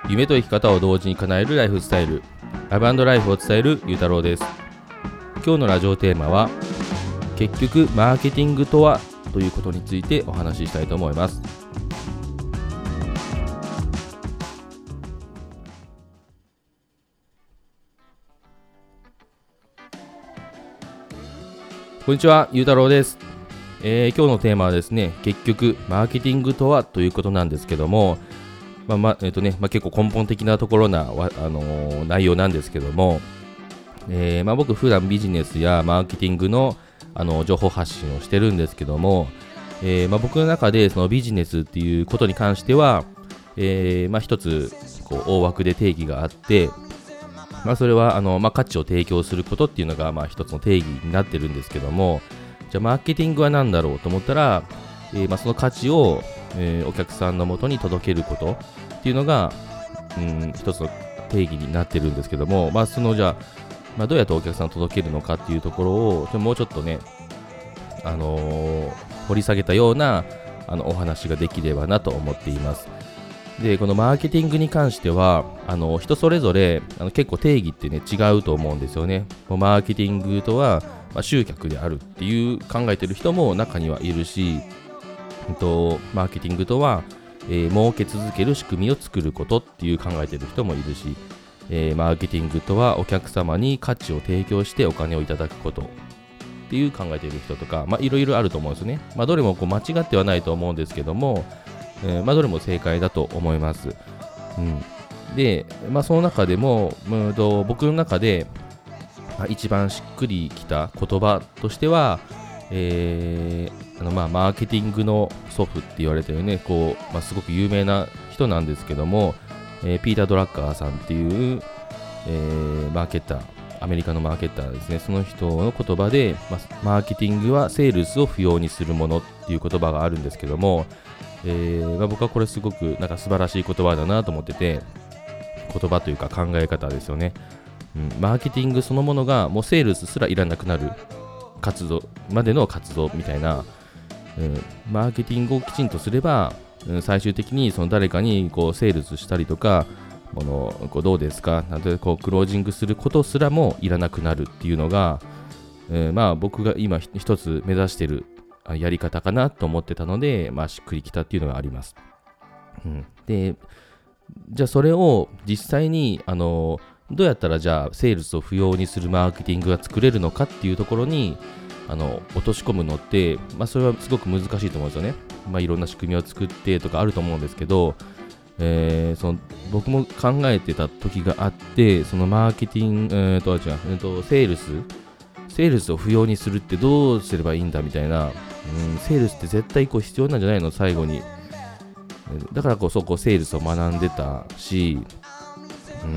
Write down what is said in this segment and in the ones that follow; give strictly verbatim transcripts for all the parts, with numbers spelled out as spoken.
夢と生き方を同時に叶えるライフスタイル、ラブ&ライフを伝えるゆうたろうです。今日のラジオテーマは、結局マーケティングとはということについてお話ししたいと思います。こんにちは、ゆうたろうです。えー、今日のテーマはですね、結局マーケティングとはということなんですけども、まあまえーとねまあ、結構根本的なところな、あのー、内容なんですけども、えーまあ、僕普段ビジネスやマーケティングの、あの情報発信をしてるんですけども、えーまあ、僕の中でそのビジネスっていうことに関しては、えーまあ、一つこう大枠で定義があって、まあ、それはあの、まあ、価値を提供することっていうのが、まあ、一つの定義になってるんですけども、じゃあマーケティングは何だろうと思ったら、えーまあ、その価値を、えー、お客さんの元に届けることっていうのが、うん、一つの定義になってるんですけども、まあ、そのじゃあ、まあ、どうやってお客さんに届けるのかっていうところをもうちょっとね、あのー、掘り下げたようなあのお話ができればなと思っています。で、このマーケティングに関してはあの人それぞれあの結構定義ってね違うと思うんですよね。マーケティングとは、まあ、集客であるっていう考えてる人も中にはいるし、えっと、マーケティングとは、えー、儲け続ける仕組みを作ることっていう考えてる人もいるし、えー、マーケティングとはお客様に価値を提供してお金をいただくことっていう考えている人とか、まあいろいろあると思うんですね。まあどれもこう間違ってはないと思うんですけども、えー、まあどれも正解だと思います。うん、で、まあその中でも、うんと僕の中で、まあ、一番しっくりきた言葉としては、えー、あのまあマーケティングの祖父って言われてるね、こう、まあ、すごく有名な人なんですけども、えー、ピーター・ドラッカーさんっていう、えー、マーケッター、アメリカのマーケッターですね。その人の言葉で、まあ、マーケティングはセールスを不要にするものっていう言葉があるんですけども、えーまあ、僕はこれすごくなんか素晴らしい言葉だなと思ってて、言葉というか考え方ですよね。うん、マーケティングそのものがもうセールスすらいらなくなる活動までの活動みたいな、うん、マーケティングをきちんとすれば、うん、最終的にその誰かにこうセールスしたりとか、このこうどうですかなんてこうクロージングすることすらもいらなくなるっていうのが、えー、まあ僕が今一つ目指しているやり方かなと思ってたので、まあ、しっくりきたっていうのがあります。うん、で、じゃあそれを実際にあのどうやったらじゃあセールスを不要にするマーケティングが作れるのかっていうところにあの落とし込むのって、まあ、それはすごく難しいと思うんですよね。まあ、いろんな仕組みを作ってとかあると思うんですけど、えー、その僕も考えてた時があって、そのマーケティング、えー、と違う、えー、とセールスセールスを不要にするってどうすればいいんだみたいな、うん、セールスって絶対こう必要なんじゃないの最後に。だからこそこうセールスを学んでたし、うん、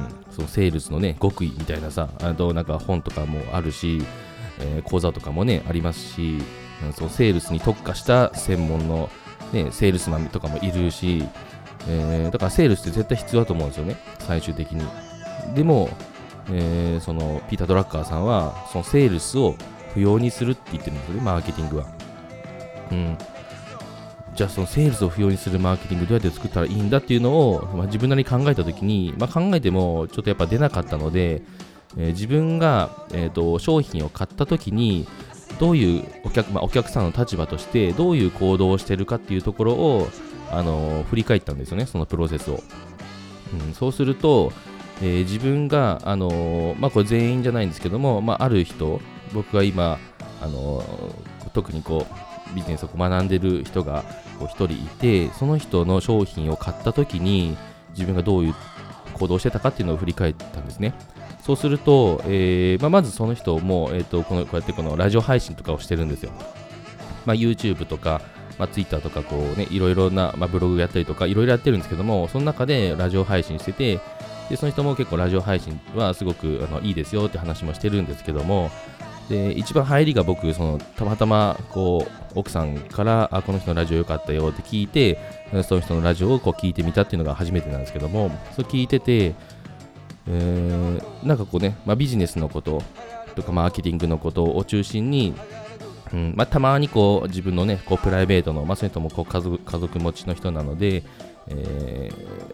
そのセールスのね極意みたいなさ、あとなんか本とかもあるし、えー、講座とかもねありますし、そのセールスに特化した専門の、ね、セールスマンとかもいるし、えー、だからセールスって絶対必要だと思うんですよね、最終的に。でも、えー、そのピーター・ドラッカーさんはそのセールスを不要にするって言ってるんですよね、マーケティングは。うん、じゃあそのセールスを不要にするマーケティングどうやって作ったらいいんだっていうのを、まあ、自分なりに考えたときに、まあ、考えてもちょっとやっぱ出なかったので、えー、自分が、えーと、商品を買ったときにどういうお客、まあ、お客さんの立場としてどういう行動をしているかっていうところを、あのー、振り返ったんですよね、そのプロセスを。うん、そうすると、えー、自分が、あのーまあ、これ全員じゃないんですけども、まあ、ある人、僕が今、あのー、特にこうビジネスを学んでる人が一人いて、その人の商品を買ったときに自分がどういう行動をしてたかっていうのを振り返ったんですね。そうすると、えーまあ、まずその人も、えー、とこのこうやってこのラジオ配信とかをしてるんですよ。まあ、YouTube とか、まあ、Twitter とかこう、ね、いろいろな、まあ、ブログやったりとかいろいろやってるんですけども、その中でラジオ配信してて、でその人も結構ラジオ配信はすごくあのいいですよって話もしてるんですけども、で一番入りが僕そのたまたまこう奥さんからあこの人のラジオ良かったよって聞いて、その人のラジオをこう聞いてみたっていうのが初めてなんですけども、それ聞いてて、えー、なんかこうね、まあ、ビジネスのこととかマーケティングのことを中心に、うんまあ、たまにこう自分のねこうプライベートの、まあ、それともこう家族、家族持ちの人なので、えー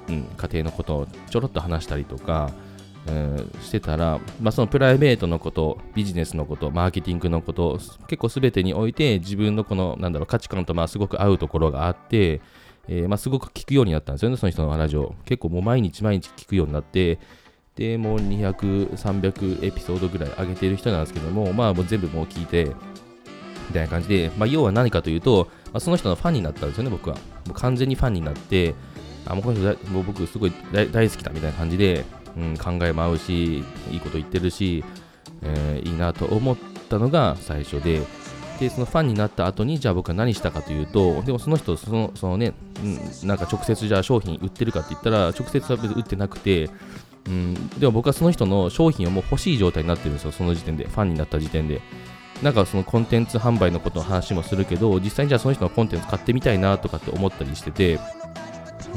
うん、家庭のことをちょろっと話したりとか、えー、してたら、まあ、そのプライベートのこと、ビジネスのこと、マーケティングのこと、結構すべてにおいて自分のこのなんだろう価値観とまあすごく合うところがあって、えーまあ、すごく聞くようになったんですよね、その人のラジオ。結構もう毎日毎日聞くようになって、でもうにひゃく、さんびゃくエピソードぐらい上げている人なんですけども、まあもう全部もう聞いて、みたいな感じで、まあ、要は何かというと、まあ、その人のファンになったんですよね、僕は。もう完全にファンになって、あもうこの人だもう僕すごい 大, 大好きだみたいな感じで、うん、考えも合うし、いいこと言ってるし、えー、いいなと思ったのが最初で、で、そのファンになった後に、じゃあ僕は何したかというと、でもその人、その、そのね、うん、なんか直接じゃあ商品売ってるかって言ったら、直接は別に売ってなくて、うん、でも僕はその人の商品をもう欲しい状態になってるんですよ、その時点で、ファンになった時点で。なんかそのコンテンツ販売のことの話もするけど、実際にじゃあその人のコンテンツ買ってみたいなとかって思ったりしてて、うん。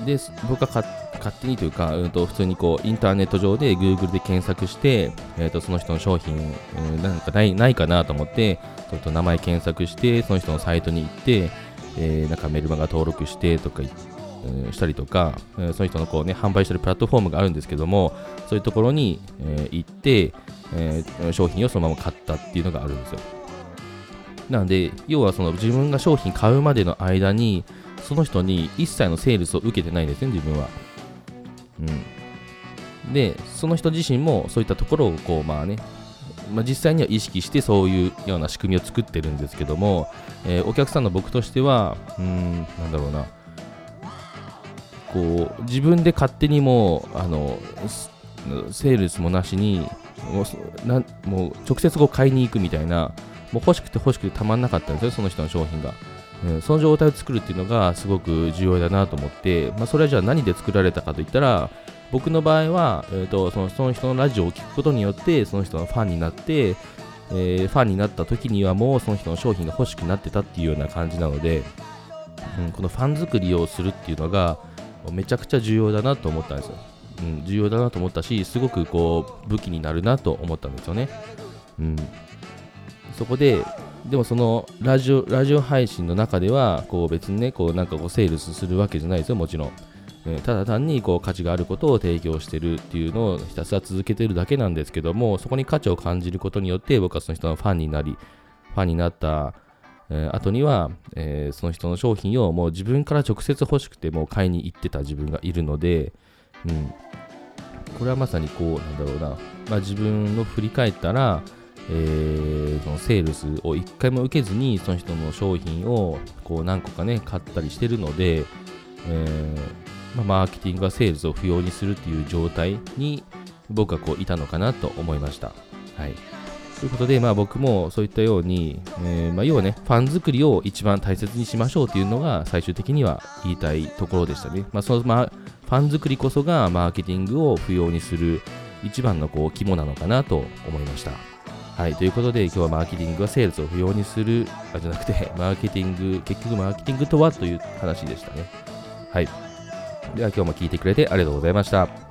で、僕は勝手にというか、うん、と普通にこうインターネット上で Google で検索して、えー、とその人の商品、うん、なんかない、ないかなと思って、ちょっと名前検索して、その人のサイトに行って、えー、なんかメルマガ登録してとか言って、したりとか、えー、その人のこう、ね、販売しているプラットフォームがあるんですけども、そういうところに、えー、行って、えー、商品をそのまま買ったっていうのがあるんですよ。なので、要はその自分が商品買うまでの間に、その人に一切のセールスを受けてないんですね、自分は。うん、で、その人自身もそういったところをこう、まあね、まあ、実際には意識してそういうような仕組みを作ってるんですけども、えー、お客さんの僕としては、うーん、なんだろうな、こう自分で勝手にもうあのセールスもなしにもうなもう直接こう買いに行くみたいな、もう欲しくて欲しくてたまんなかったんですよ、その人の商品が。うん、その状態を作るっていうのがすごく重要だなと思って、まあ、それはじゃあ何で作られたかといったら、僕の場合は、えーと、その、その人のラジオを聞くことによってその人のファンになって、えー、ファンになった時にはもうその人の商品が欲しくなってたっていうような感じなので、うん、このファン作りをするっていうのがめちゃくちゃ重要だなと思ったんですよ。うん、重要だなと思ったし、すごくこう武器になるなと思ったんですよね。うん、そこで、でもそのラジオ、ラジオ配信の中ではこう別にね、こうなんかこうセールスするわけじゃないですよ、もちろん。えー、ただ単にこう価値があることを提供してるっていうのをひたすら続けてるだけなんですけども、そこに価値を感じることによって僕はその人のファンになり、ファンになったえー、後には、えー、その人の商品をもう自分から直接欲しくてもう買いに行ってた自分がいるので、うん、これはまさにこうなんだろうな、まあ、自分の振り返ったら、えー、そのセールスを一回も受けずにその人の商品をこう何個かね買ったりしてるので、えーまあ、マーケティングはセールスを不要にするっていう状態に僕はこういたのかなと思いました。はい。ということで、まあ、僕もそういったように、えーまあ、要はね、ファン作りを一番大切にしましょうというのが最終的には言いたいところでしたね。まあ、そのまあ、ファン作りこそがマーケティングを不要にする一番のこう肝なのかなと思いました。はい、ということで今日はマーケティングはセールスを不要にするあじゃなくて、マーケティング、結局マーケティングとはという話でしたね。はい。では今日も聞いてくれてありがとうございました。